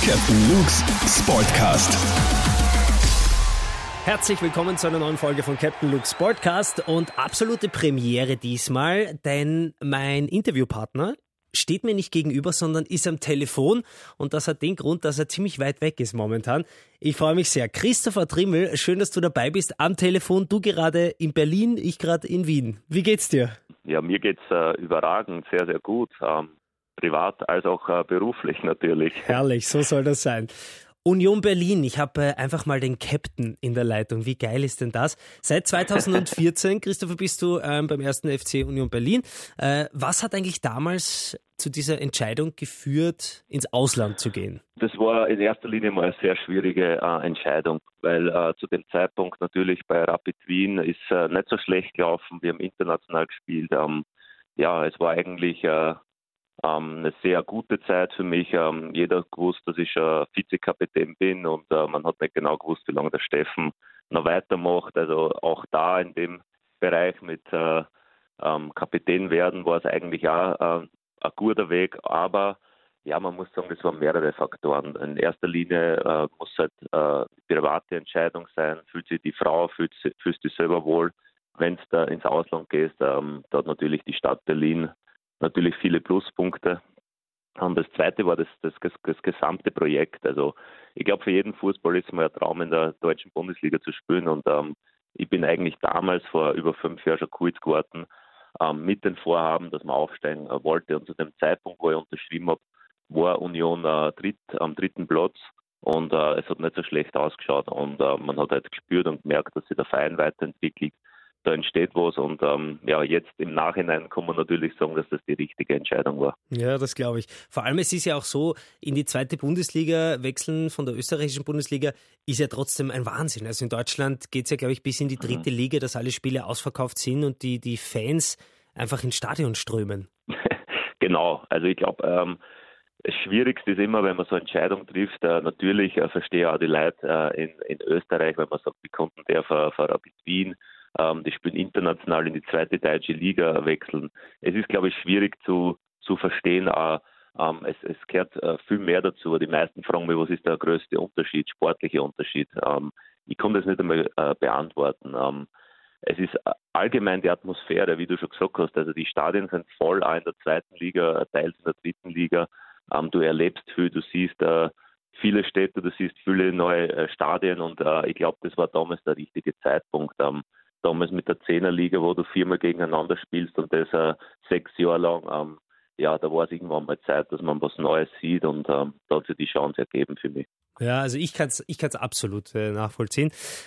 Captain Luke's Sportcast. Herzlich willkommen zu einer neuen Folge von Captain Luke's Sportcast und absolute Premiere diesmal, denn mein Interviewpartner steht mir nicht gegenüber, sondern ist am Telefon und das hat den Grund, dass er ziemlich weit weg ist momentan. Ich freue mich sehr. Christopher Trimmel, schön, dass du dabei bist am Telefon. Du gerade in Berlin, ich gerade in Wien. Wie geht's dir? Ja, mir geht's überragend, sehr, sehr gut. Privat als auch beruflich natürlich. Herrlich, so soll das sein. Union Berlin, ich habe einfach mal den Captain in der Leitung. Wie geil ist denn das? Seit 2014, Christopher, bist du beim ersten FC Union Berlin. Was hat eigentlich damals zu dieser Entscheidung geführt, ins Ausland zu gehen? Das war in erster Linie mal eine sehr schwierige Entscheidung, weil zu dem Zeitpunkt natürlich bei Rapid Wien ist nicht so schlecht gelaufen. Wir haben international gespielt. Es war eigentlich eine sehr gute Zeit für mich. Jeder gewusst, dass ich Vizekapitän bin und man hat nicht genau gewusst, wie lange der Steffen noch weitermacht. Also auch da in dem Bereich mit Kapitän werden war es eigentlich auch ein guter Weg. Aber ja, man muss sagen, das waren mehrere Faktoren. In erster Linie muss halt eine private Entscheidung sein. Fühlt sich die Frau, fühlst du dich selber wohl? Wenn du da ins Ausland gehst, da hat natürlich die Stadt Berlin natürlich viele Pluspunkte. Und das Zweite war das gesamte Projekt. Also ich glaube, für jeden Fußball ist es mal ein Traum, in der deutschen Bundesliga zu spielen. Und ich bin eigentlich damals vor über 5 Jahren schon kurz geworden mit den Vorhaben, dass man aufsteigen wollte. Und zu dem Zeitpunkt, wo ich unterschrieben habe, war Union am dritten Platz. Und es hat nicht so schlecht ausgeschaut. Und man hat halt gespürt und gemerkt, dass sich der Verein weiterentwickelt. Da entsteht was und jetzt im Nachhinein kann man natürlich sagen, dass das die richtige Entscheidung war. Ja, das glaube ich. Vor allem, es ist ja auch so, in die zweite Bundesliga wechseln von der österreichischen Bundesliga ist ja trotzdem ein Wahnsinn. Also in Deutschland geht es ja, glaube ich, bis in die dritte Liga, dass alle Spiele ausverkauft sind und die Fans einfach ins Stadion strömen. Genau, also ich glaube, das Schwierigste ist immer, wenn man so eine Entscheidung trifft, natürlich verstehe ich auch die Leute in Österreich, wenn man sagt, wie konnten der von Rapid Wien die spielen international in die zweite deutsche Liga wechseln. Es ist, glaube ich, schwierig zu verstehen. Es gehört viel mehr dazu. Die meisten fragen mich, was ist der größte Unterschied, sportliche Unterschied? Ich kann das nicht einmal beantworten. Es ist allgemein die Atmosphäre, wie du schon gesagt hast. Also die Stadien sind voll, auch in der zweiten Liga, teils in der dritten Liga. Du erlebst viel, du siehst viele Städte, du siehst viele neue Stadien und ich glaube, das war damals der richtige Zeitpunkt. Damals mit der 10er-Liga, wo du 4-mal gegeneinander spielst und das 6 Jahre lang, da war es irgendwann mal Zeit, dass man was Neues sieht und da hat sich die Chance ergeben für mich. Ja, also ich kann's absolut nachvollziehen.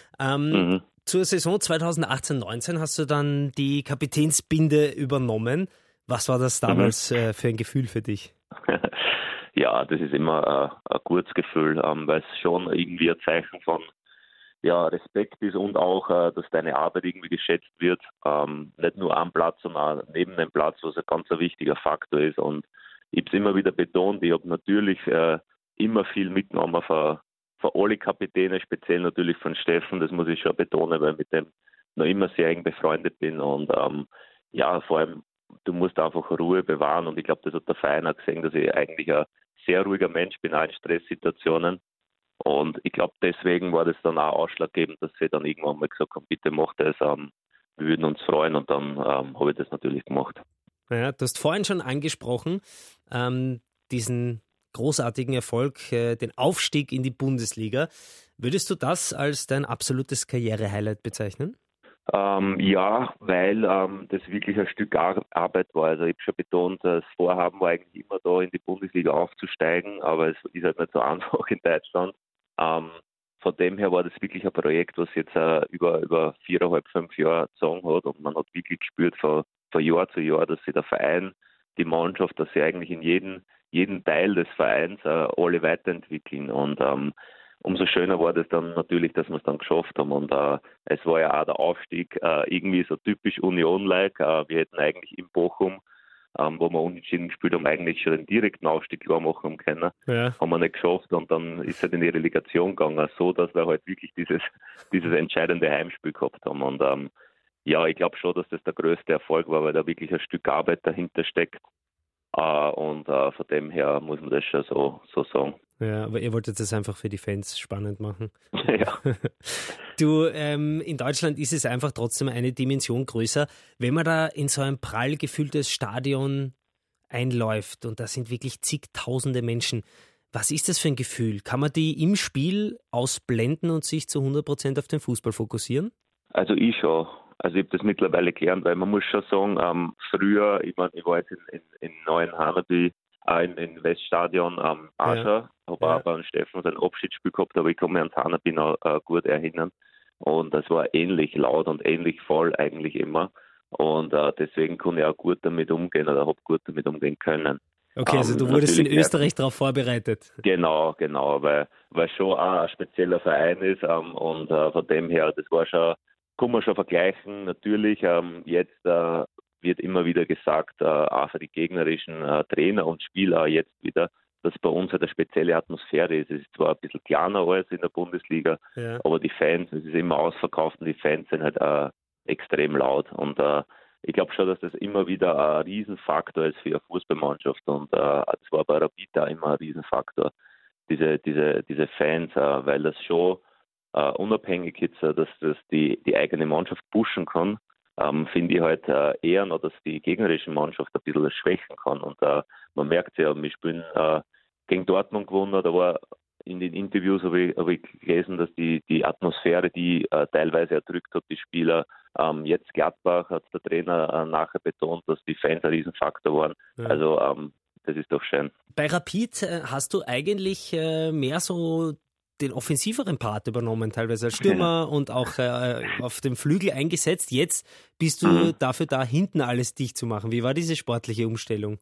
Zur Saison 2018-19 hast du dann die Kapitänsbinde übernommen. Was war das damals für ein Gefühl für dich? Ja, das ist immer ein gutes Gefühl, weil es schon irgendwie ein Zeichen von Respekt ist und auch, dass deine Arbeit irgendwie geschätzt wird. Nicht nur am Platz, sondern auch neben dem Platz, was ein ganz wichtiger Faktor ist. Und ich habe es immer wieder betont, ich habe natürlich immer viel mitgenommen von alle Kapitäne, speziell natürlich von Steffen, das muss ich schon betonen, weil ich mit dem noch immer sehr eng befreundet bin. Und vor allem, du musst einfach Ruhe bewahren. Und ich glaube, das hat der Verein auch gesehen, dass ich eigentlich ein sehr ruhiger Mensch bin, auch in Stresssituationen. Und ich glaube, deswegen war das dann auch ausschlaggebend, dass sie dann irgendwann mal gesagt haben, bitte mach das, wir würden uns freuen und dann habe ich das natürlich gemacht. Ja, du hast vorhin schon angesprochen, diesen großartigen Erfolg, den Aufstieg in die Bundesliga. Würdest du das als dein absolutes Karriere-Highlight bezeichnen? Weil das wirklich ein Stück Arbeit war. Also ich habe schon betont, das Vorhaben war eigentlich immer da, in die Bundesliga aufzusteigen, aber es ist halt nicht so einfach in Deutschland. Von dem her war das wirklich ein Projekt, was jetzt über 4,5, 5 Jahre gezogen hat und man hat wirklich gespürt von Jahr zu Jahr, dass sich der Verein, die Mannschaft, dass sie eigentlich in jeden Teil des Vereins alle weiterentwickeln und umso schöner war das dann natürlich, dass wir es dann geschafft haben und es war ja auch der Aufstieg irgendwie so typisch Union-like. Wir hätten eigentlich in Bochum, wo wir unentschieden gespielt haben, eigentlich schon den direkten Aufstieg klar machen können. Ja. Haben wir nicht geschafft und dann ist es in die Relegation gegangen, so dass wir halt wirklich dieses entscheidende Heimspiel gehabt haben und ich glaube schon, dass das der größte Erfolg war, weil da wirklich ein Stück Arbeit dahinter steckt. Von dem her muss man das schon so sagen. Ja, aber ihr wolltet das einfach für die Fans spannend machen. Ja. Du, in Deutschland ist es einfach trotzdem eine Dimension größer. Wenn man da in so ein prall gefülltes Stadion einläuft und da sind wirklich zigtausende Menschen, was ist das für ein Gefühl? Kann man die im Spiel ausblenden und sich zu 100% auf den Fußball fokussieren? Also ich schon. Also ich habe das mittlerweile gelernt, weil man muss schon sagen, früher, ich war jetzt in Neuenhanaby, in Weststadion auch schon, habe auch beim Steffen sein Abschiedsspiel gehabt, aber ich kann mich ans Hanaby noch gut erinnern. Und das war ähnlich laut und ähnlich voll eigentlich immer. Und deswegen kann ich auch gut damit umgehen oder habe gut damit umgehen können. Okay, also du wurdest in Österreich darauf vorbereitet. Genau, weil schon auch ein spezieller Verein ist und von dem her, das war schon, kann man schon vergleichen. Natürlich, jetzt wird immer wieder gesagt, auch für die gegnerischen Trainer und Spieler jetzt wieder, dass bei uns halt eine spezielle Atmosphäre ist. Es ist zwar ein bisschen kleiner als in der Bundesliga, aber die Fans, es ist immer ausverkauft und die Fans sind halt extrem laut. Und ich glaube schon, dass das immer wieder ein Riesenfaktor ist für eine Fußballmannschaft. Und das war bei Rapid auch immer ein Riesenfaktor, diese Fans, weil das schon unabhängig jetzt, dass das die eigene Mannschaft pushen kann, finde ich halt eher noch, dass die gegnerische Mannschaft ein bisschen schwächen kann. Und man merkt ja, wir spielen gegen Dortmund gewonnen, da war in den Interviews habe ich gelesen, dass die Atmosphäre, die teilweise erdrückt hat, die Spieler, jetzt Gladbach hat der Trainer nachher betont, dass die Fans ein Riesenfaktor waren. Ja. Also das ist doch schön. Bei Rapid hast du eigentlich mehr so den offensiveren Part übernommen, teilweise als Stürmer und auch auf dem Flügel eingesetzt. Jetzt bist du dafür da, hinten alles dicht zu machen. Wie war diese sportliche Umstellung?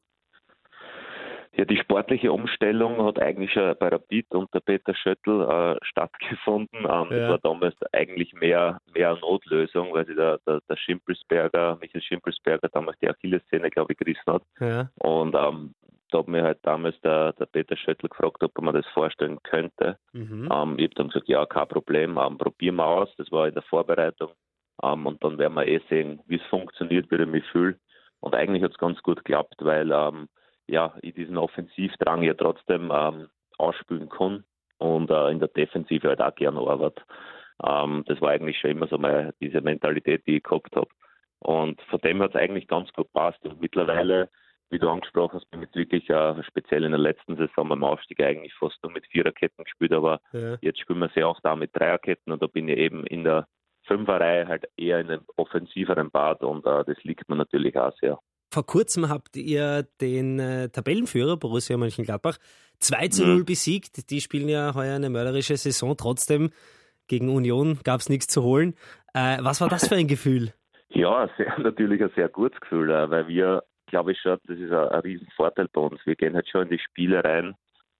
Ja, die sportliche Umstellung hat eigentlich schon bei Rapid unter Peter Schöttl stattgefunden. Das war damals eigentlich mehr eine Notlösung, weil sich der Michael Schimpelsberger damals die Achillessehne, glaube ich, gerissen hat. Ja. Und da hat mir halt damals der Peter Schöttl gefragt, ob man das vorstellen könnte. Ich habe dann gesagt, ja, kein Problem, probieren wir aus. Das war in der Vorbereitung. Und dann werden wir sehen, wie es funktioniert, wie ich mich fühle. Und eigentlich hat es ganz gut geklappt, weil ich diesen Offensivdrang ja trotzdem ausspülen kann und in der Defensive halt auch gerne arbeite. Das war eigentlich schon immer so diese Mentalität, die ich gehabt habe. Und von dem hat es eigentlich ganz gut gepasst. Und mittlerweile, wie du angesprochen hast, bin ich jetzt wirklich speziell in der letzten Saison beim Aufstieg eigentlich fast nur mit Viererketten gespielt, aber jetzt spielen wir sie auch da mit Dreierketten und da bin ich eben in der Fünferreihe halt eher in einem offensiveren Part und das liegt mir natürlich auch sehr. Vor kurzem habt ihr den Tabellenführer Borussia Mönchengladbach 2-0 besiegt. Die spielen ja heuer eine mörderische Saison. Trotzdem, gegen Union gab es nichts zu holen. Was war das für ein Gefühl? Ja, natürlich ein sehr gutes Gefühl, weil wir, glaube ich schon, das ist ein Riesenvorteil bei uns. Wir gehen halt schon in die Spiele rein,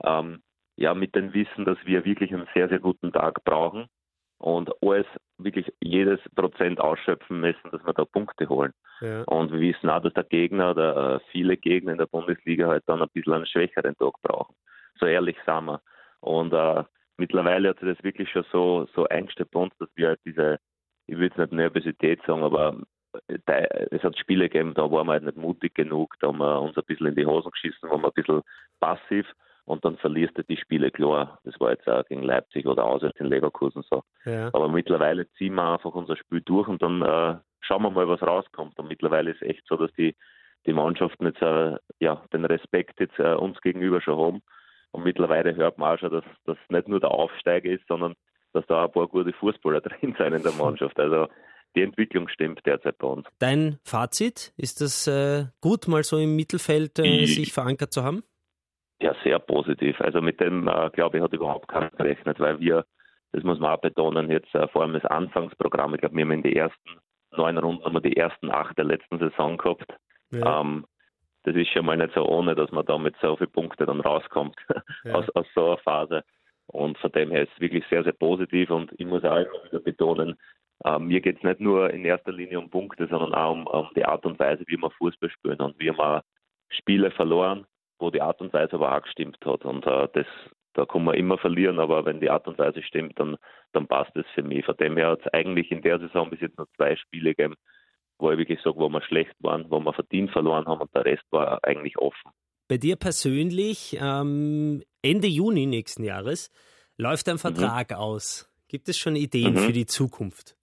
mit dem Wissen, dass wir wirklich einen sehr, sehr guten Tag brauchen und wirklich jedes Prozent ausschöpfen müssen, dass wir da Punkte holen. Ja. Und wir wissen auch, dass der Gegner oder viele Gegner in der Bundesliga halt dann ein bisschen einen schwächeren Tag brauchen. So ehrlich sind wir. Und mittlerweile hat sich das wirklich schon so eingestellt bei uns, dass wir halt diese, ich will jetzt nicht Nervosität sagen, aber es hat Spiele gegeben, da waren wir halt nicht mutig genug, da haben wir uns ein bisschen in die Hosen geschissen, waren wir ein bisschen passiv. Und dann verlierst du die Spiele klar. Das war jetzt auch gegen Leipzig oder auswärts in Leverkusen so. Ja. Aber mittlerweile ziehen wir einfach unser Spiel durch und dann schauen wir mal, was rauskommt. Und mittlerweile ist es echt so, dass die Mannschaften jetzt den Respekt jetzt uns gegenüber schon haben. Und mittlerweile hört man auch schon, dass das nicht nur der Aufsteiger ist, sondern dass da auch ein paar gute Fußballer drin sind in der Mannschaft. Also die Entwicklung stimmt derzeit bei uns. Dein Fazit? Ist das gut, mal so im Mittelfeld sich verankert zu haben? Ja, sehr positiv. Also mit dem, glaube ich, hat überhaupt keiner gerechnet, weil wir, das muss man auch betonen, jetzt vor allem das Anfangsprogramm, ich glaube, wir haben in den ersten 9 Runden haben wir die ersten 8 der letzten Saison gehabt. Ja. Das ist schon mal nicht so ohne, dass man da mit so vielen Punkten dann rauskommt aus so einer Phase. Und von dem her ist es wirklich sehr, sehr positiv und ich muss auch immer wieder betonen, mir geht es nicht nur in erster Linie um Punkte, sondern auch um die Art und Weise, wie wir Fußball spielen. Und wir haben Spiele verloren, wo die Art und Weise aber auch gestimmt hat. Und da kann man immer verlieren, aber wenn die Art und Weise stimmt, dann passt es für mich. Von dem her hat es eigentlich in der Saison bis jetzt noch 2 Spiele gegeben, wo ich wirklich sage, wo wir schlecht waren, wo wir verdient verloren haben und der Rest war eigentlich offen. Bei dir persönlich, Ende Juni nächsten Jahres, läuft dein Vertrag aus. Gibt es schon Ideen für die Zukunft?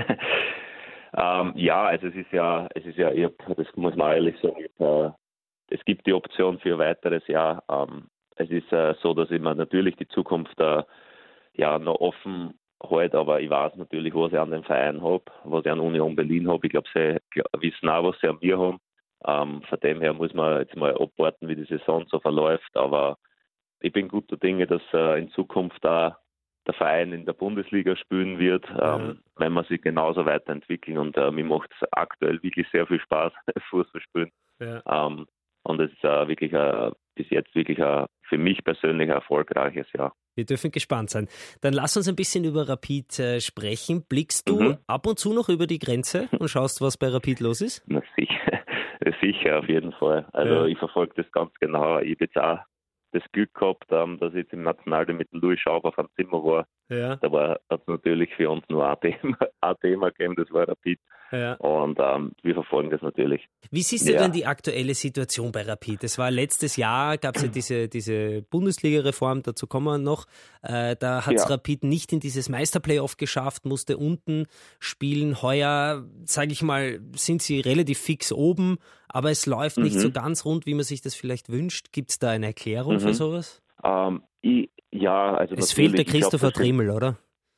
Ja, also es ist ja, das muss man ehrlich sagen, es gibt die Option für ein weiteres Jahr. Es ist so, dass ich mir natürlich die Zukunft noch offen halte, aber ich weiß natürlich, was ich an den Verein habe, was ich an Union Berlin habe. Ich glaube, sie wissen auch, was sie an mir haben. Von dem her muss man jetzt mal abwarten, wie die Saison so verläuft, aber ich bin guter Dinge, dass in Zukunft auch der Verein in der Bundesliga spielen wird, wenn man sich genauso weiterentwickeln. Und mir macht es aktuell wirklich sehr viel Spaß, Fußball spielen. Ja. Und es ist wirklich bis jetzt wirklich für mich persönlich ein erfolgreiches Jahr. Wir dürfen gespannt sein. Dann lass uns ein bisschen über Rapid sprechen. Blickst du ab und zu noch über die Grenze und schaust, was bei Rapid los ist? Na, sicher, auf jeden Fall. Also ich verfolge das ganz genau. Ich habe jetzt auch das Glück gehabt, dass ich jetzt im Nationalteam mit Louis Schaub auf einem Zimmer war. Ja. Da hat es natürlich für uns nur ein Thema gegeben, das war Rapid. Ja. Und wir verfolgen das natürlich. Wie siehst du denn die aktuelle Situation bei Rapid? Es war letztes Jahr, gab es ja diese Bundesliga-Reform, dazu kommen wir noch. Da hat es Rapid nicht in dieses Meisterplayoff geschafft, musste unten spielen. Heuer, sage ich mal, sind sie relativ fix oben, aber es läuft nicht so ganz rund, wie man sich das vielleicht wünscht. Gibt es da eine Erklärung für sowas? Es fehlt der Christopher Trimmel, oder?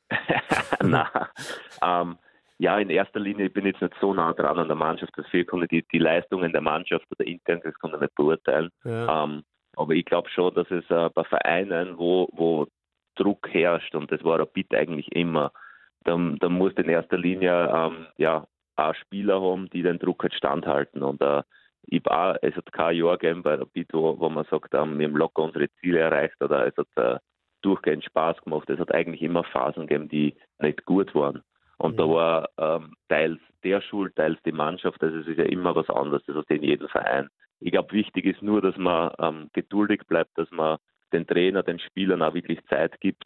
Nein. In erster Linie, ich bin jetzt nicht so nah dran an der Mannschaft, deswegen kann ich die Leistungen der Mannschaft oder intern, das kann ich nicht beurteilen. Ja. Aber ich glaube schon, dass es bei Vereinen, wo Druck herrscht, und das war Rapid eigentlich immer, dann muss in erster Linie auch Spieler haben, die den Druck halt standhalten. Und es hat kein Jahr gegeben bei Rapid, wo man sagt, wir haben locker unsere Ziele erreicht, oder es hat durchgehend Spaß gemacht. Es hat eigentlich immer Phasen gegeben, die nicht gut waren. Und da war teils der Schuld, teils die Mannschaft. Also es ist ja immer was anderes, das ist in jedem Verein. Ich glaube, wichtig ist nur, dass man geduldig bleibt, dass man den Trainer, den Spielern auch wirklich Zeit gibt,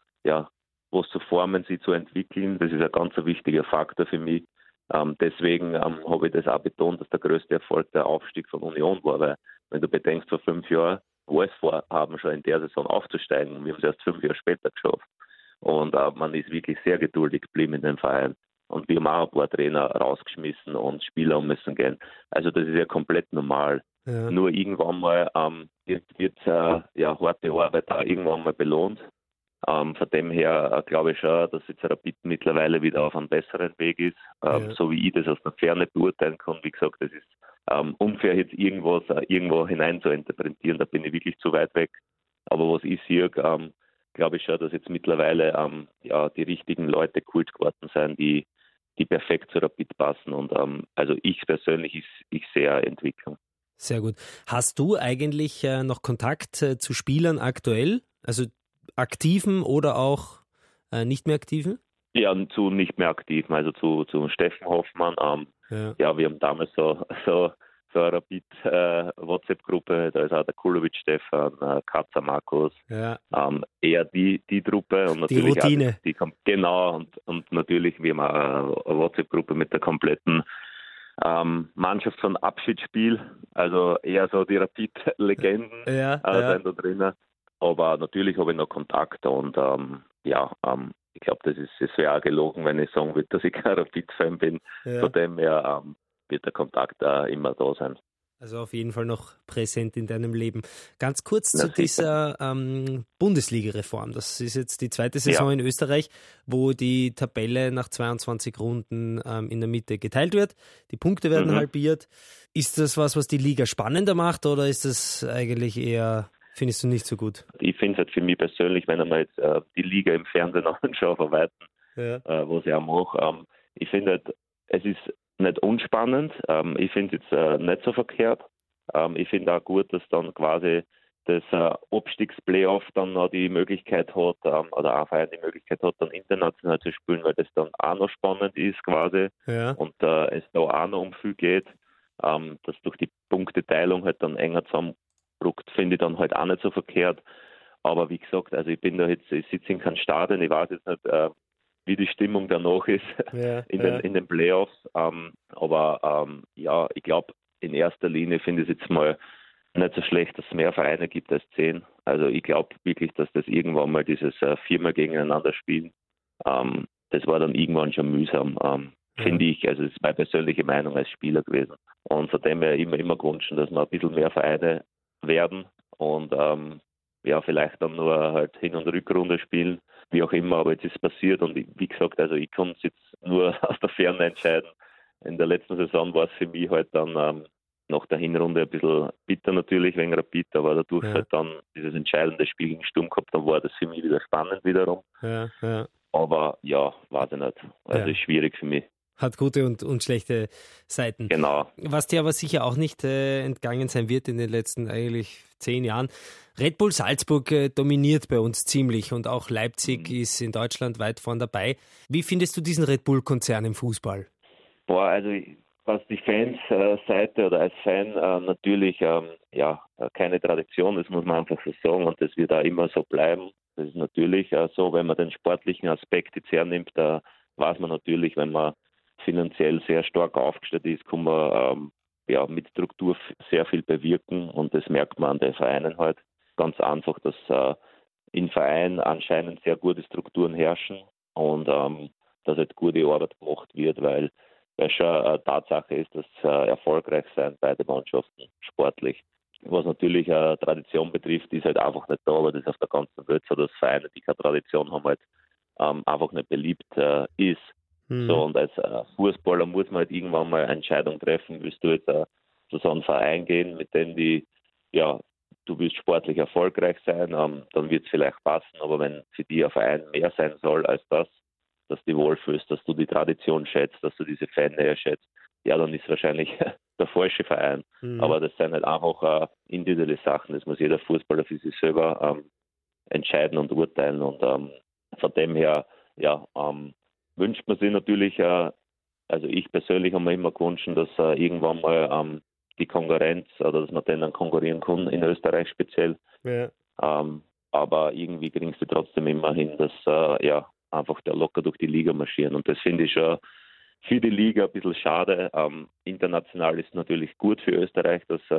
was zu formen, sie zu entwickeln. Das ist ein ganz wichtiger Faktor für mich. Deswegen habe ich das auch betont, dass der größte Erfolg der Aufstieg von Union war. Weil wenn du bedenkst, vor 5 Jahren war es vorhaben, schon in der Saison aufzusteigen. Wir haben es erst 5 Jahre später geschafft. Und man ist wirklich sehr geduldig geblieben in dem Verein. Und wir haben auch ein paar Trainer rausgeschmissen und Spieler müssen gehen. Also das ist ja komplett normal. Ja. Nur irgendwann mal wird harte Arbeit auch irgendwann mal belohnt. Von dem her glaube ich schon, dass jetzt Rapid mittlerweile wieder auf einem besseren Weg ist. So wie ich das aus der Ferne beurteilen kann. Wie gesagt, das ist unfair, jetzt irgendwo hinein zu interpretieren. Da bin ich wirklich zu weit weg. Aber was ich sehe, glaube ich schon, dass jetzt mittlerweile die richtigen Leute Kult geworden sind, die perfekt zu Rapid passen. Und also ich persönlich, ich sehe Entwicklung. Sehr gut. Hast du eigentlich noch Kontakt zu Spielern aktuell? Also aktiven oder auch nicht mehr aktiven? Ja, zu nicht mehr aktiven, also zu Steffen Hoffmann. Wir haben damals so eine Rapid WhatsApp-Gruppe, da ist auch der Kulovic Stefan, Katzer Markus, eher die Truppe. Und natürlich die Routine. Genau, und natürlich, wir haben auch eine WhatsApp-Gruppe mit der kompletten Mannschaft von Abschiedsspiel, also eher so die Rapid-Legenden sind da drinnen. Aber natürlich habe ich noch Kontakt und ich glaube, es wäre auch gelogen, wenn ich sagen würde, dass ich kein Rapid-Fan bin. Von dem her wird der Kontakt immer da sein. Also auf jeden Fall noch präsent in deinem Leben. Ganz kurz zu dieser Bundesliga-Reform. Das ist jetzt die zweite Saison in Österreich, wo die Tabelle nach 22 Runden in der Mitte geteilt wird. Die Punkte werden halbiert. Ist das was die Liga spannender macht, oder ist das eigentlich eher, findest du nicht so gut? Ich finde es halt für mich persönlich, wenn ich mir jetzt die Liga im Fernsehen anschaue, verweiten, was ich auch mache, ich finde halt, es ist nicht unspannend. Ich finde es jetzt nicht so verkehrt. Ich finde auch gut, dass dann quasi das Abstiegsplayoff dann noch die Möglichkeit hat, oder auch Verein die Möglichkeit hat, dann international zu spielen, weil das dann auch noch spannend ist quasi. Ja. Und es da auch noch um viel geht, dass durch die Punkteteilung halt dann enger zusammenrückt, finde ich dann halt auch nicht so verkehrt. Aber wie gesagt, also ich sitze in keinem Stadion, ich weiß jetzt nicht, wie die Stimmung danach ist in den Playoffs. Aber ich glaube, in erster Linie finde ich es jetzt mal nicht so schlecht, dass es mehr Vereine gibt als 10. Also ich glaube wirklich, dass das irgendwann mal dieses viermal gegeneinander spielen, das war dann irgendwann schon mühsam, finde ich. Also das ist meine persönliche Meinung als Spieler gewesen. Und von dem her immer gewünscht, dass wir ein bisschen mehr Vereine werden und vielleicht dann nur halt Hin- und Rückrunde spielen, wie auch immer, aber jetzt ist es passiert und wie gesagt, also ich kann es jetzt nur aus der Ferne entscheiden. In der letzten Saison war es für mich halt dann nach der Hinrunde ein bisschen bitter natürlich, wegen Rapid, aber dadurch halt dann dieses entscheidende Spiel gegen Sturm gehabt, dann war das für mich wieder spannend wiederum. Ja. Aber ja, weiß ich nicht. Also ist schwierig für mich. Hat gute und schlechte Seiten. Genau. Was dir aber sicher auch nicht entgangen sein wird in den letzten eigentlich 10 Jahren. Red Bull Salzburg dominiert bei uns ziemlich und auch Leipzig ist in Deutschland weit vorn dabei. Wie findest du diesen Red Bull-Konzern im Fußball? Also was die Fans-Seite oder als Fan natürlich keine Tradition, das muss man einfach so sagen und das wird auch immer so bleiben. Das ist natürlich so, wenn man den sportlichen Aspekt jetzt hernimmt, da weiß man natürlich, wenn man finanziell sehr stark aufgestellt ist, kann man mit Struktur sehr viel bewirken und das merkt man an den Vereinen halt. Ganz einfach, dass in Vereinen anscheinend sehr gute Strukturen herrschen und dass halt gute Arbeit gemacht wird, weil schon eine Tatsache ist, dass erfolgreich sein beide Mannschaften sportlich. Was natürlich Tradition betrifft, ist halt einfach nicht da, aber das ist auf der ganzen Welt so, dass Vereine, die keine Tradition haben, halt einfach nicht beliebt ist. So, und als Fußballer muss man halt irgendwann mal eine Entscheidung treffen, willst du jetzt zu so einem Verein gehen, mit dem du willst sportlich erfolgreich sein, dann wird es vielleicht passen, aber wenn für dich ein Verein mehr sein soll als das, dass du wohlfühlst, dass du die Tradition schätzt, dass du diese Fannähe schätzt, ja, dann ist wahrscheinlich der falsche Verein. Aber das sind halt einfach individuelle Sachen, das muss jeder Fußballer für sich selber entscheiden und urteilen und von dem her, wünscht man sich natürlich, also ich persönlich habe mir immer gewünscht, dass irgendwann mal die Konkurrenz oder dass man denen konkurrieren kann, in Österreich speziell. Ja. Aber irgendwie kriegst du trotzdem immer hin, dass einfach der locker durch die Liga marschieren. Und das finde ich schon für die Liga ein bisschen schade. International ist natürlich gut für Österreich,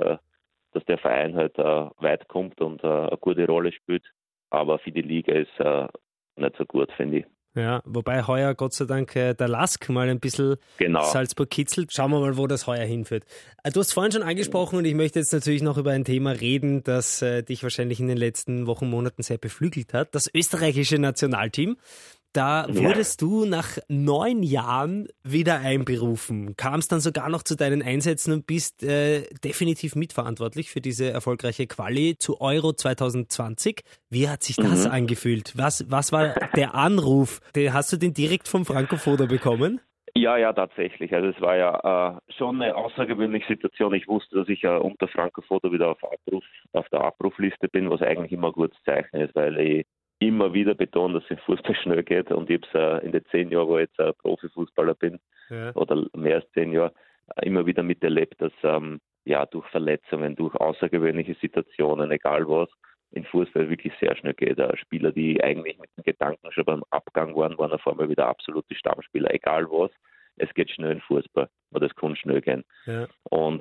dass der Verein halt weit kommt und eine gute Rolle spielt. Aber für die Liga ist nicht so gut, finde ich. Ja, wobei heuer Gott sei Dank der Lask mal ein bisschen Salzburg kitzelt. Schauen wir mal, wo das heuer hinführt. Du hast vorhin schon angesprochen und ich möchte jetzt natürlich noch über ein Thema reden, das dich wahrscheinlich in den letzten Wochen, Monaten sehr beflügelt hat. Das österreichische Nationalteam. Da wurdest du nach 9 Jahren wieder einberufen, kamst dann sogar noch zu deinen Einsätzen und bist definitiv mitverantwortlich für diese erfolgreiche Quali zu Euro 2020. Wie hat sich das angefühlt? Was war der Anruf? Hast du den direkt vom Franco Foda bekommen? Ja, tatsächlich. Also es war ja schon eine außergewöhnliche Situation. Ich wusste, dass ich unter Franco Foda wieder auf der Abrufliste bin, was eigentlich immer ein gutes Zeichen ist, weil ich immer wieder betont, dass es im Fußball schnell geht und ich habe es in den 10 Jahren, wo ich jetzt Profifußballer bin, oder mehr als 10 Jahre, immer wieder miterlebt, dass durch Verletzungen, durch außergewöhnliche Situationen, egal was, im Fußball wirklich sehr schnell geht. Spieler, die eigentlich mit dem Gedanken schon beim Abgang waren auf einmal wieder absolute Stammspieler, egal was. Es geht schnell im Fußball und es kann schnell gehen. Ja. Und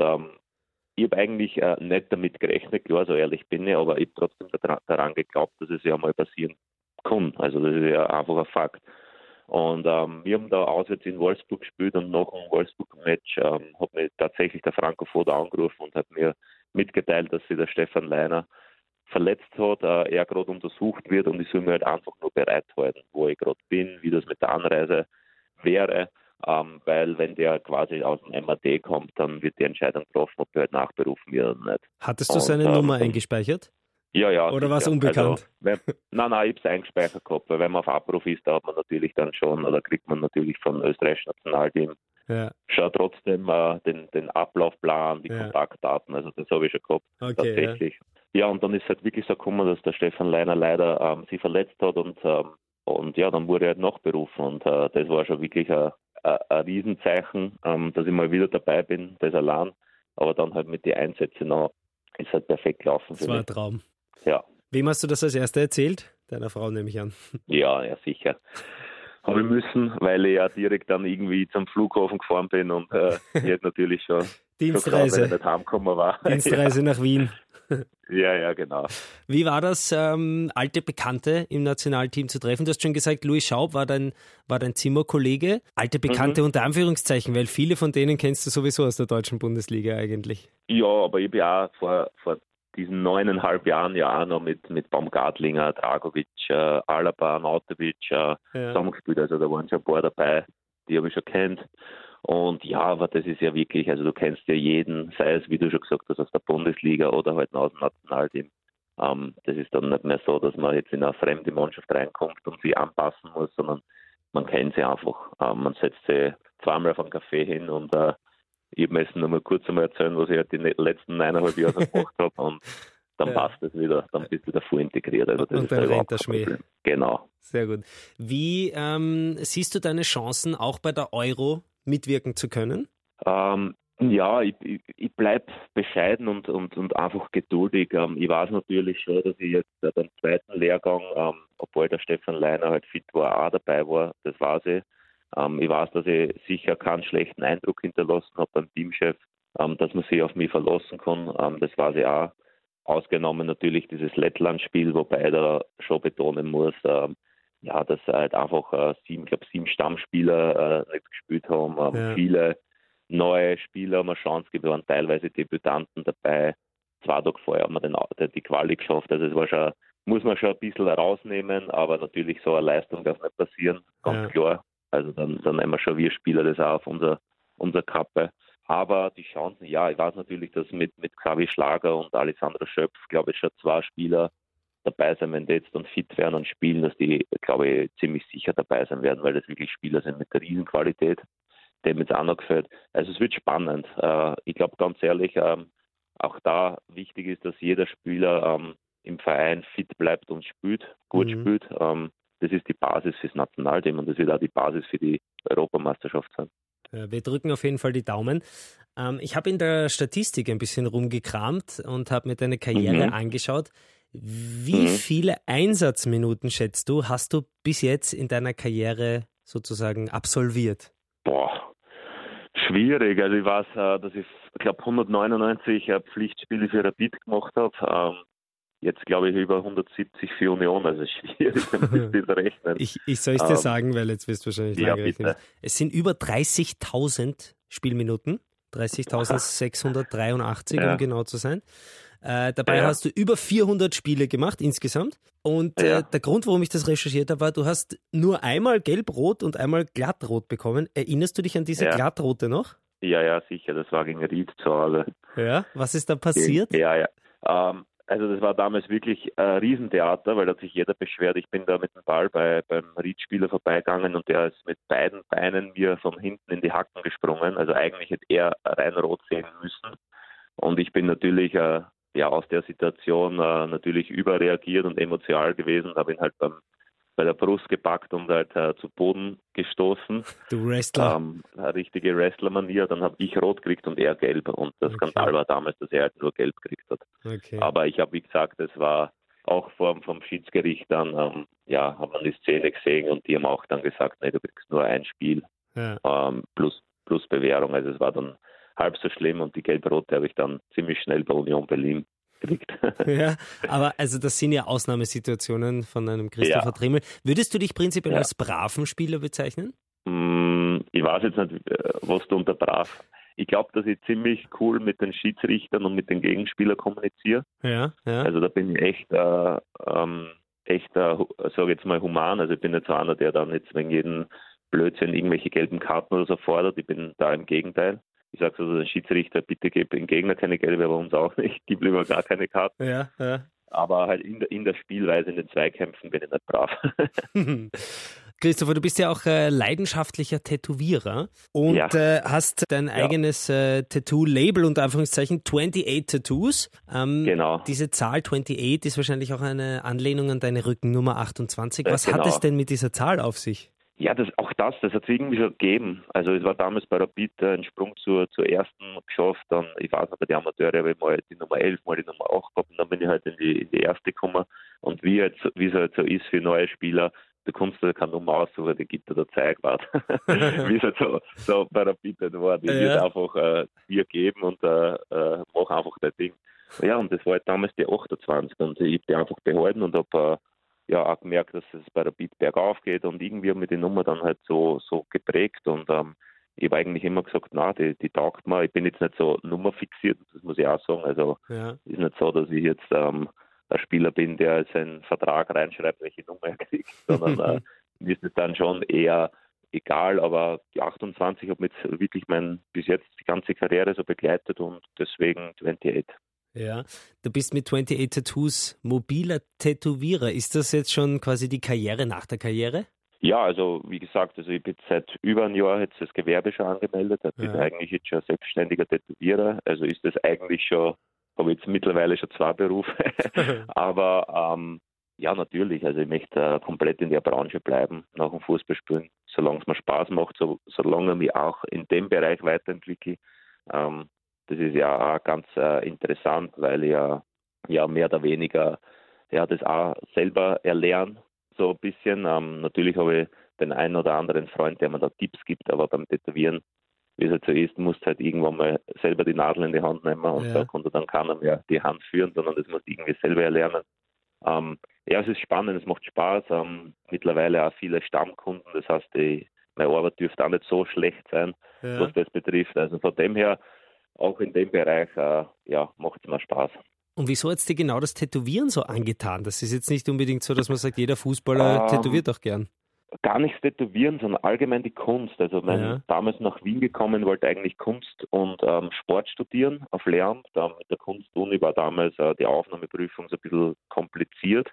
ich habe eigentlich nicht damit gerechnet, klar, so ehrlich bin ich, aber ich habe trotzdem daran geglaubt, dass es ja mal passieren kann. Also das ist ja einfach ein Fakt. Und wir haben da auswärts in Wolfsburg gespielt und nach dem Wolfsburg-Match hat mich tatsächlich der Franco Foda angerufen und hat mir mitgeteilt, dass sich der Stefan Leiner verletzt hat, er gerade untersucht wird und ich soll mir halt einfach nur bereithalten, wo ich gerade bin, wie das mit der Anreise wäre. Weil wenn der quasi aus dem MAD kommt, dann wird die Entscheidung getroffen, ob er halt nachberufen wird oder nicht. Hattest du seine Nummer eingespeichert? Ja. Oder war es unbekannt? Also, nein, ich habe es eingespeichert gehabt, weil wenn man auf Abruf ist, da hat man natürlich dann schon, oder kriegt man natürlich vom österreichischen Nationalteam schon trotzdem den Ablaufplan, die Kontaktdaten, also das habe ich schon gehabt, tatsächlich. Ja, und dann ist es halt wirklich so gekommen, dass der Stefan Leiner leider sich verletzt hat und dann wurde er halt nachberufen und das war schon wirklich ein Riesenzeichen, dass ich mal wieder dabei bin, das allein, aber dann halt mit den Einsätzen noch ist halt perfekt gelaufen. Das war ein Traum. Ja. Wem hast du das als Erster erzählt? Deiner Frau nehme ich an. Ja, sicher. Habe ich müssen, weil ich ja direkt dann irgendwie zum Flughafen gefahren bin und ich hätte natürlich schon Dienstreise. Wenn ich nicht heimgekommen war. Dienstreise nach Wien. Ja, genau. Wie war das, alte Bekannte im Nationalteam zu treffen? Du hast schon gesagt, Louis Schaub war dein Zimmerkollege. Alte Bekannte unter Anführungszeichen, weil viele von denen kennst du sowieso aus der deutschen Bundesliga eigentlich. Ja, aber ich bin auch vor diesen 9,5 Jahren ja auch noch mit Baumgartlinger, Dragovic, Alaba, Nautovic zusammengespielt. Also da waren schon ein paar dabei, die habe ich schon kennt. Und ja, aber das ist ja wirklich, also du kennst ja jeden, sei es, wie du schon gesagt hast, aus der Bundesliga oder halt aus dem Nationalteam. Das ist dann nicht mehr so, dass man jetzt in eine fremde Mannschaft reinkommt und sich anpassen muss, sondern man kennt sie einfach. Man setzt sie zweimal auf einen Kaffee hin und ich habe mir jetzt noch mal kurz einmal erzählen, was ich halt die letzten 9,5 Jahre gemacht habe und dann passt es wieder, dann bist du wieder voll integriert. Also das und ist dann überhaupt rennt der kein Schmäh. Problem. Genau. Sehr gut. Wie siehst du deine Chancen, auch bei der Euro mitwirken zu können? Ja, ich bleibe bescheiden und einfach geduldig. Ich weiß natürlich schon, dass ich jetzt beim zweiten Lehrgang, obwohl der Stefan Leiner halt fit war, auch dabei war, das weiß ich. Ich weiß, dass ich sicher keinen schlechten Eindruck hinterlassen habe beim Teamchef, dass man sich auf mich verlassen kann. Das weiß ich auch. Ausgenommen natürlich dieses Lettland-Spiel, wobei ich da schon betonen muss, dass halt einfach 7 Stammspieler nicht gespielt haben. Viele neue Spieler haben eine Chance gegeben, waren teilweise Debütanten dabei. 2 Tage vorher haben wir die Quali geschafft. Also es war schon, muss man schon ein bisschen rausnehmen, aber natürlich so eine Leistung darf nicht passieren, ganz klar. Also dann nehmen wir schon wir Spieler das auch auf unser Kappe. Aber die Chancen, ja, ich weiß natürlich, dass mit Xavi Schlager und Alexander Schöpf, glaube ich, schon 2 Spieler dabei sein, wenn die jetzt dann fit werden und spielen, dass die, glaube ich, ziemlich sicher dabei sein werden, weil das wirklich Spieler sind mit der Riesenqualität, dem jetzt auch noch gefällt. Also es wird spannend. Ich glaube ganz ehrlich, auch da wichtig ist, dass jeder Spieler im Verein fit bleibt und gut spielt. Das ist die Basis fürs Nationalteam und das wird auch die Basis für die Europameisterschaft sein. Wir drücken auf jeden Fall die Daumen. Ich habe in der Statistik ein bisschen rumgekramt und habe mir deine Karriere angeschaut. Wie viele Einsatzminuten, schätzt du, hast du bis jetzt in deiner Karriere sozusagen absolviert? Schwierig. Also ich weiß, dass ich glaube 199 Pflichtspiele für Rapid gemacht habe. Jetzt glaube ich über 170 für Union. Also schwierig, dann müsst ihr rechnen. Ich soll es dir sagen, weil jetzt wirst du wahrscheinlich lange rechnen. Es sind über 30.000 Spielminuten. 30.683, um genau zu sein. Dabei hast du über 400 Spiele gemacht insgesamt. Und der Grund, warum ich das recherchiert habe, war, du hast nur einmal gelb-rot und einmal glattrot bekommen. Erinnerst du dich an diese glattrote noch? Ja, sicher. Das war gegen Ried zu Hause. Ja, was ist da passiert? Ja. Also das war damals wirklich ein Riesentheater, weil da hat sich jeder beschwert. Ich bin da mit dem Ball beim Ried-Spieler vorbeigegangen und der ist mit beiden Beinen mir von hinten in die Hacken gesprungen. Also eigentlich hätte er rein rot sehen müssen. Und ich bin natürlich aus der Situation natürlich überreagiert und emotional gewesen, habe ihn halt bei der Brust gepackt und halt zu Boden gestoßen. Du Wrestler. Eine richtige Wrestler-Manier. Dann habe ich rot gekriegt und er gelb. Und der Skandal war damals, dass er halt nur gelb gekriegt hat. Okay. Aber ich habe, wie gesagt, das war auch vom Schiedsgericht dann, haben wir die Szene gesehen und die haben auch dann gesagt, nee, du kriegst nur ein Spiel plus Bewährung. Also es war dann halb so schlimm und die gelb-rote habe ich dann ziemlich schnell bei Union Berlin gekriegt. Ja, aber also das sind ja Ausnahmesituationen von einem Christopher Trimmel. Würdest du dich prinzipiell als braven Spieler bezeichnen? Ich weiß jetzt nicht, was du unter brav. Ich glaube, dass ich ziemlich cool mit den Schiedsrichtern und mit den Gegenspielern kommuniziere. Ja. Also da bin ich echt, sage jetzt mal, human. Also ich bin jetzt so einer, der dann jetzt wegen jedem Blödsinn irgendwelche gelben Karten oder so fordert. Ich bin da im Gegenteil. Ich sage so, den Schiedsrichter, bitte gib dem Gegner keine gelbe, aber uns auch nicht. Gib lieber gar keine Karten. Ja. Aber halt in der Spielweise, in den Zweikämpfen bin ich nicht brav. Christopher, du bist ja auch leidenschaftlicher Tätowierer und hast dein eigenes Tattoo-Label, unter Anführungszeichen, 28 Tattoos. Genau. Diese Zahl 28 ist wahrscheinlich auch eine Anlehnung an deine Rückennummer 28. Was hat es denn mit dieser Zahl auf sich? Ja, das hat es irgendwie schon gegeben. Also es war damals bei Rapid ein Sprung zur ersten geschafft. Dann, ich weiß nicht, bei den Amateuren habe ich mal die Nummer 11, mal die Nummer 8 gehabt und dann bin ich halt in die erste gekommen. Und wie es halt so ist für neue Spieler, du kannst dir keine Nummer aussuchen, die gibt dir der Zeigwart. Wie es halt so bei Rapid war. Die wird einfach dir geben und mach einfach dein Ding. Ja, und das war halt damals die 28 und ich habe die einfach behalten und habe auch gemerkt, dass es bei Rapid bergauf geht und irgendwie habe ich die Nummer dann halt so geprägt und ich habe eigentlich immer gesagt, na, die taugt mir. Ich bin jetzt nicht so nummerfixiert, das muss ich auch sagen. Also ist nicht so, dass ich jetzt ein Spieler bin, der seinen Vertrag reinschreibt, welche Nummer er kriegt, sondern mir ist es dann schon eher egal, aber die 28 hat mich jetzt wirklich bis jetzt die ganze Karriere so begleitet und deswegen 28. Ja, du bist mit 28 Tattoos mobiler Tätowierer. Ist das jetzt schon quasi die Karriere nach der Karriere? Ja, also wie gesagt, ich bin seit über einem Jahr jetzt das Gewerbe schon angemeldet. Ich bin eigentlich jetzt schon selbstständiger Tätowierer. Also ist das eigentlich schon, habe ich jetzt mittlerweile schon 2 Berufe. Aber ja, natürlich. Also ich möchte komplett in der Branche bleiben, nach dem Fußballspielen, solange es mir Spaß macht, solange ich mich auch in dem Bereich weiterentwickle. Das ist ja auch ganz interessant, weil ich ja mehr oder weniger das auch selber erlernen. So ein bisschen. Natürlich habe ich den einen oder anderen Freund, der mir da Tipps gibt, aber beim Tätowieren, wie es halt so ist, musst du halt irgendwann mal selber die Nadel in die Hand nehmen und da konnte dann keiner mehr die Hand führen, sondern das musst du irgendwie selber erlernen. Es ist spannend, es macht Spaß. Mittlerweile auch viele Stammkunden, das heißt, meine Arbeit dürfte auch nicht so schlecht sein, was das betrifft. Also von dem her, auch in dem Bereich, macht es mir Spaß. Und wieso hat es dir genau das Tätowieren so angetan? Das ist jetzt nicht unbedingt so, dass man sagt, jeder Fußballer tätowiert auch gern. Gar nichts tätowieren, sondern allgemein die Kunst. Also damals nach Wien gekommen, wollte eigentlich Kunst und Sport studieren auf Lehramt. Mit der Kunstuni war damals die Aufnahmeprüfung so ein bisschen kompliziert.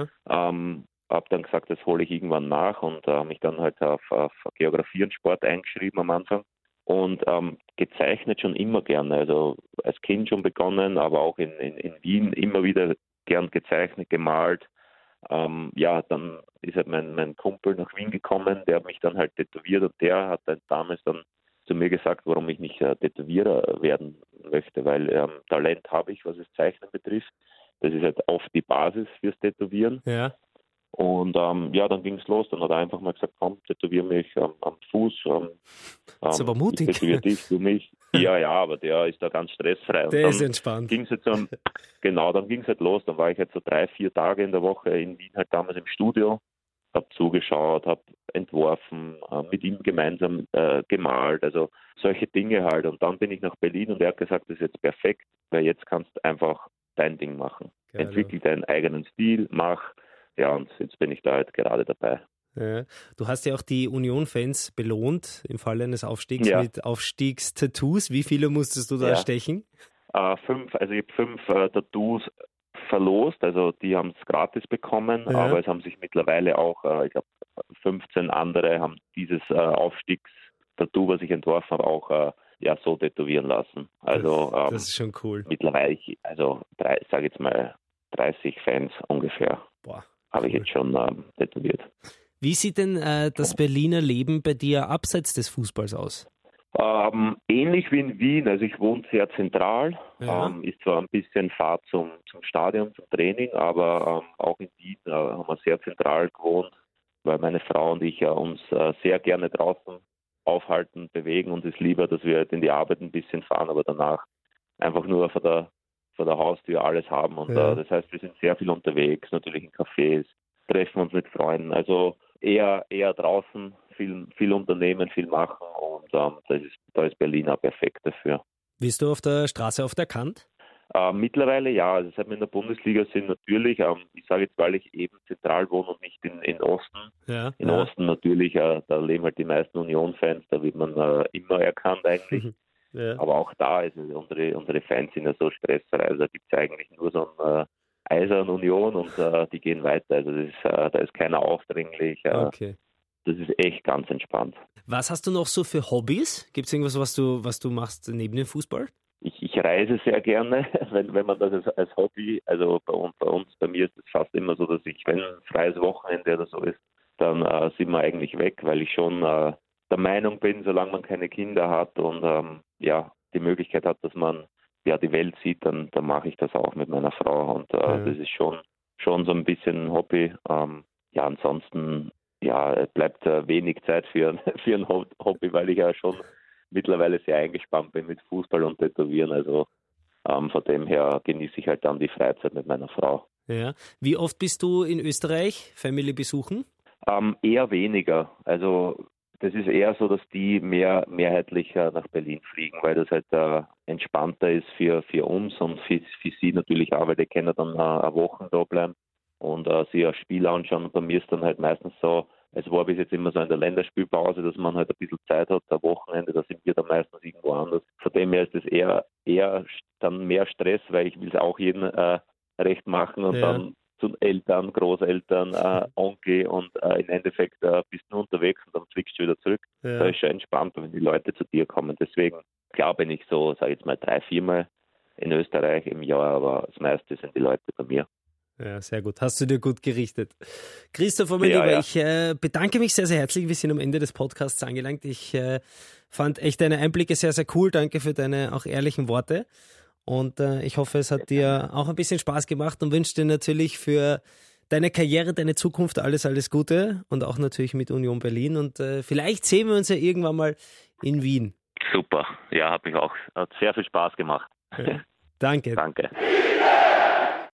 Habe dann gesagt, das hole ich irgendwann nach und mich dann halt auf Geografie und Sport eingeschrieben am Anfang. Und gezeichnet schon immer gerne, also als Kind schon begonnen, aber auch in Wien immer wieder gern gezeichnet, gemalt. Dann ist halt mein Kumpel nach Wien gekommen, der hat mich dann halt tätowiert und der hat dann damals dann zu mir gesagt, warum ich nicht Tätowierer werden möchte, weil Talent habe ich, was das Zeichnen betrifft. Das ist halt oft die Basis fürs Tätowieren. Ja. Und dann ging es los. Dann hat er einfach mal gesagt, komm, tätowier mich am Fuß. Das ist aber mutig. Ich tätowier dich für mich. Ja, aber der ist da ganz stressfrei. Der ist entspannt. Dann ging es halt los. Dann war ich halt so 3-4 Tage in der Woche in Wien halt damals im Studio, habe zugeschaut, habe entworfen, mit ihm gemeinsam gemalt, also solche Dinge halt. Und dann bin ich nach Berlin und er hat gesagt, das ist jetzt perfekt, weil jetzt kannst du einfach dein Ding machen. Geil, entwickel deinen eigenen Stil, mach. Ja, und jetzt bin ich da halt gerade dabei. Ja. Du hast ja auch die Union-Fans belohnt im Falle eines Aufstiegs mit Aufstiegstattoos. Wie viele musstest du da stechen? 5, also ich habe 5 Tattoos verlost, also die haben es gratis bekommen, aber es haben sich mittlerweile auch, ich glaube 15 andere haben dieses Aufstiegstattoo, was ich entworfen habe, auch so tätowieren lassen. Also das ist schon cool. Mittlerweile, sage jetzt mal 30 Fans ungefähr. Boah. Habe ich jetzt schon tätowiert. Wie sieht denn das Berliner Leben bei dir abseits des Fußballs aus? Ähnlich wie in Wien, also ich wohne sehr zentral, ist zwar ein bisschen Fahrt zum Stadion, zum Training, aber auch in Wien haben wir sehr zentral gewohnt, weil meine Frau und ich uns sehr gerne draußen aufhalten, bewegen und es lieber, dass wir halt in die Arbeit ein bisschen fahren, aber danach einfach nur vor der Haustür alles haben. Und das heißt, wir sind sehr viel unterwegs, natürlich in Cafés, treffen uns mit Freunden. Also eher draußen, viel unternehmen, viel machen. Und da ist Berlin auch perfekt dafür. Wirst du auf der Straße oft erkannt? Mittlerweile ja. Also seit wir in der Bundesliga sind natürlich, ich sage jetzt, weil ich eben zentral wohne und nicht in Osten. In Osten natürlich, da leben halt die meisten Union-Fans, da wird man immer erkannt eigentlich. Ja. Aber auch da ist unsere Fans sind ja so stressfrei. Also da gibt es eigentlich nur so ein Eisern Union und die gehen weiter. Also da ist keiner aufdringlich. Okay. Das ist echt ganz entspannt. Was hast du noch so für Hobbys? Gibt es irgendwas, was du machst neben dem Fußball? Ich reise sehr gerne, wenn man das als Hobby, also bei mir ist es fast immer so, dass wenn ein freies Wochenende oder so ist, dann sind wir eigentlich weg, weil ich schon der Meinung bin, solange man keine Kinder hat und die Möglichkeit hat, dass man die Welt sieht, dann mache ich das auch mit meiner Frau und das ist schon so ein bisschen ein Hobby. Ansonsten es bleibt wenig Zeit für ein Hobby, weil ich ja schon mittlerweile sehr eingespannt bin mit Fußball und Tätowieren. Also von dem her genieße ich halt dann die Freizeit mit meiner Frau. Ja. Wie oft bist du in Österreich Family besuchen? Eher weniger. Also das ist eher so, dass die mehrheitlich nach Berlin fliegen, weil das halt entspannter ist für uns und für sie natürlich auch, weil die können dann eine Woche da bleiben und sich ein Spiel anschauen. Und bei mir ist dann halt meistens so, es war bis jetzt immer so in der Länderspielpause, dass man halt ein bisschen Zeit hat, am Wochenende, da sind wir dann meistens irgendwo anders. Von dem her ist es eher dann mehr Stress, weil ich will es auch jedem recht machen und dann zu Eltern, Großeltern, Onkel und im Endeffekt bist du nur unterwegs und dann fliegst du wieder zurück. Ja. Da ist schon entspannt, wenn die Leute zu dir kommen. Deswegen glaube ich nicht so, sage ich jetzt mal 3-4 Mal in Österreich im Jahr, aber das meiste sind die Leute bei mir. Ja, sehr gut. Hast du dir gut gerichtet. Christopher, mein Lieber, ich bedanke mich sehr, sehr herzlich. Wir sind am Ende des Podcasts angelangt. Ich fand echt deine Einblicke sehr, sehr cool. Danke für deine auch ehrlichen Worte. Und ich hoffe, es hat dir auch ein bisschen Spaß gemacht und wünsche dir natürlich für deine Karriere, deine Zukunft alles Gute und auch natürlich mit Union Berlin. Und vielleicht sehen wir uns ja irgendwann mal in Wien. Super. Ja, hat sehr viel Spaß gemacht. Ja. Danke. Danke.